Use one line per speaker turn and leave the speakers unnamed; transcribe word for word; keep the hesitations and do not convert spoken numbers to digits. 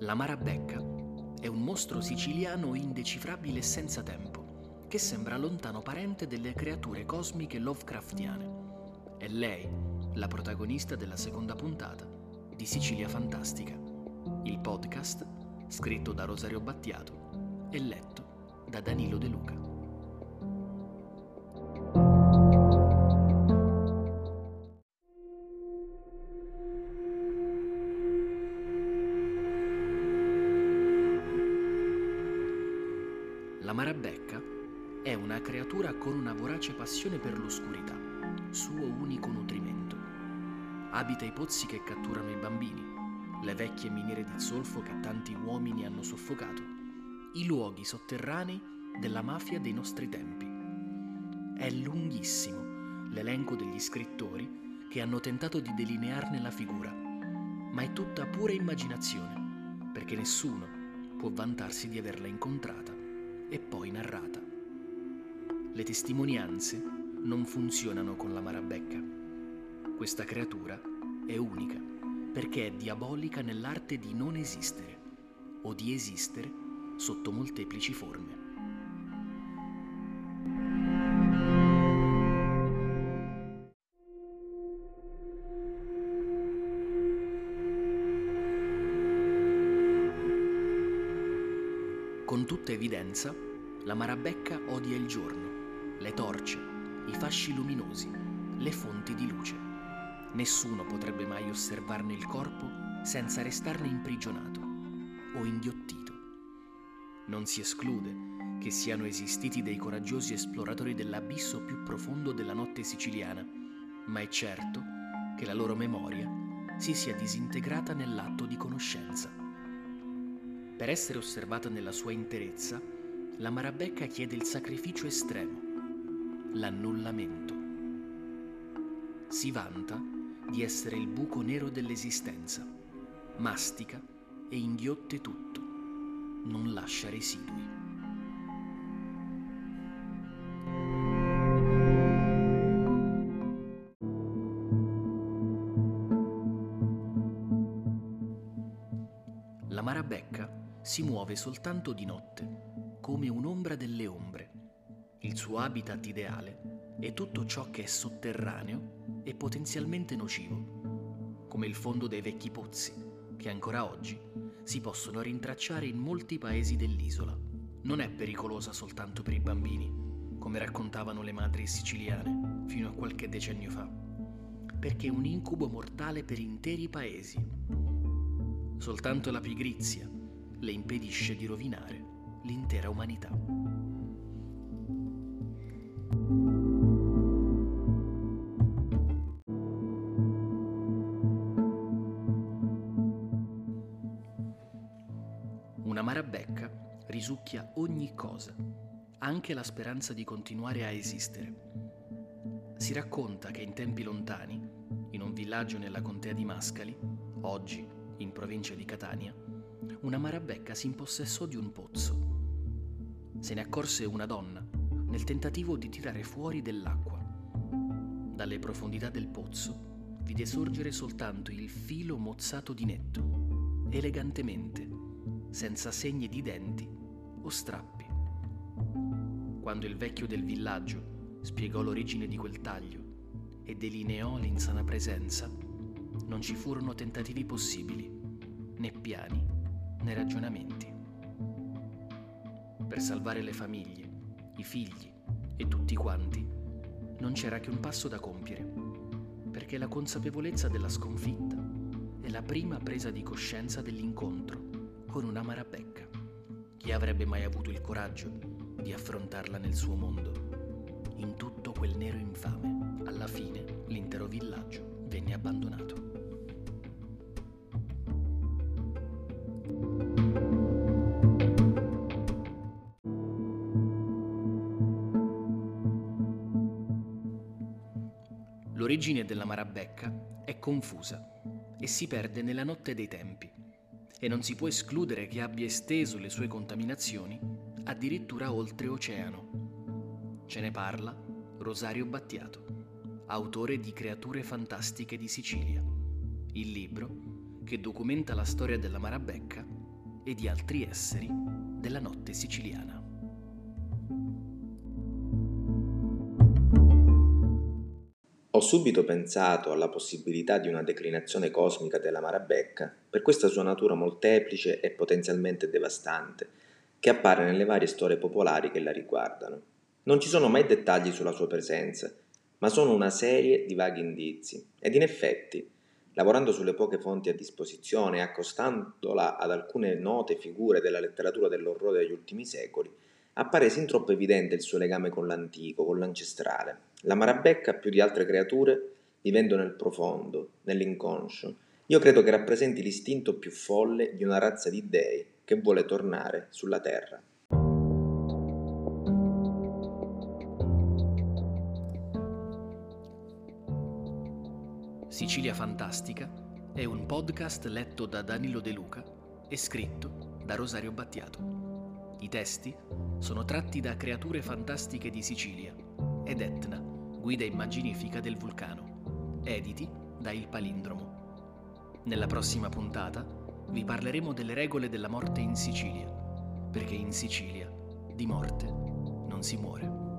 La Marabecca è un mostro siciliano indecifrabile e senza tempo, che sembra lontano parente delle creature cosmiche lovecraftiane. È lei, la protagonista della seconda puntata di Sicilia Fantastica, il podcast scritto da Rosario Battiato e letto da Danilo De Luca. La Marabecca è una creatura con una vorace passione per l'oscurità, suo unico nutrimento. Abita i pozzi che catturano i bambini, le vecchie miniere di zolfo che tanti uomini hanno soffocato, i luoghi sotterranei della mafia dei nostri tempi. È lunghissimo l'elenco degli scrittori che hanno tentato di delinearne la figura, ma è tutta pura immaginazione, perché nessuno può vantarsi di averla incontrata e poi narrata. Le testimonianze non funzionano con la Marabecca. Questa creatura è unica perché è diabolica nell'arte di non esistere o di esistere sotto molteplici forme. Con tutta evidenza, la Marabecca odia il giorno, le torce, i fasci luminosi, le fonti di luce. Nessuno potrebbe mai osservarne il corpo senza restarne imprigionato o inghiottito. Non si esclude che siano esistiti dei coraggiosi esploratori dell'abisso più profondo della notte siciliana, ma è certo che la loro memoria si sia disintegrata nell'atto di conoscenza. Per essere osservata nella sua interezza, la Marabecca chiede il sacrificio estremo, l'annullamento. Si vanta di essere il buco nero dell'esistenza, mastica e inghiotte tutto, non lascia residui. La Marabecca si muove soltanto di notte, come un'ombra delle ombre. Il suo habitat ideale è tutto ciò che è sotterraneo e potenzialmente nocivo, come il fondo dei vecchi pozzi, che ancora oggi si possono rintracciare in molti paesi dell'isola. Non è pericolosa soltanto per i bambini, come raccontavano le madri siciliane fino a qualche decennio fa, perché è un incubo mortale per interi paesi. Soltanto la pigrizia le impedisce di rovinare l'intera umanità. Una Marabecca risucchia ogni cosa, anche la speranza di continuare a esistere. Si racconta che in tempi lontani, in un villaggio nella contea di Mascali, oggi in provincia di Catania, una Marabecca si impossessò di un pozzo. Se ne accorse una donna nel tentativo di tirare fuori dell'acqua. Dalle profondità del pozzo vide sorgere soltanto il filo mozzato di netto, elegantemente, senza segni di denti o strappi. Quando il vecchio del villaggio spiegò l'origine di quel taglio e delineò l'insana presenza, non ci furono tentativi possibili, né piani né ragionamenti. Per salvare le famiglie, i figli e tutti quanti, non c'era che un passo da compiere, perché la consapevolezza della sconfitta è la prima presa di coscienza dell'incontro con una Marabecca. Chi avrebbe mai avuto il coraggio di affrontarla nel suo mondo? In tutto quel nero infame, alla fine l'intero villaggio venne abbandonato. L'origine della Marabecca è confusa e si perde nella notte dei tempi, e non si può escludere che abbia esteso le sue contaminazioni addirittura oltreoceano. Ce ne parla Rosario Battiato, autore di Creature fantastiche di Sicilia, il libro che documenta la storia della Marabecca e di altri esseri della notte siciliana.
Ho subito pensato alla possibilità di una declinazione cosmica della Marabecca per questa sua natura molteplice e potenzialmente devastante, che appare nelle varie storie popolari che la riguardano. Non ci sono mai dettagli sulla sua presenza, ma sono una serie di vaghi indizi, ed in effetti, lavorando sulle poche fonti a disposizione e accostandola ad alcune note figure della letteratura dell'orrore degli ultimi secoli, appare sin troppo evidente il suo legame con l'antico, con l'ancestrale. La Marabecca, più di altre creature, vivendo nel profondo, nell'inconscio, io credo che rappresenti l'istinto più folle di una razza di dei che vuole tornare sulla terra.
Sicilia Fantastica è un podcast letto da Danilo De Luca e scritto da Rosario Battiato. I testi sono tratti da Creature fantastiche di Sicilia ed Etna, guida immaginifica del vulcano, editi da Il Palindromo. Nella prossima puntata vi parleremo delle regole della morte in Sicilia, perché in Sicilia di morte non si muore.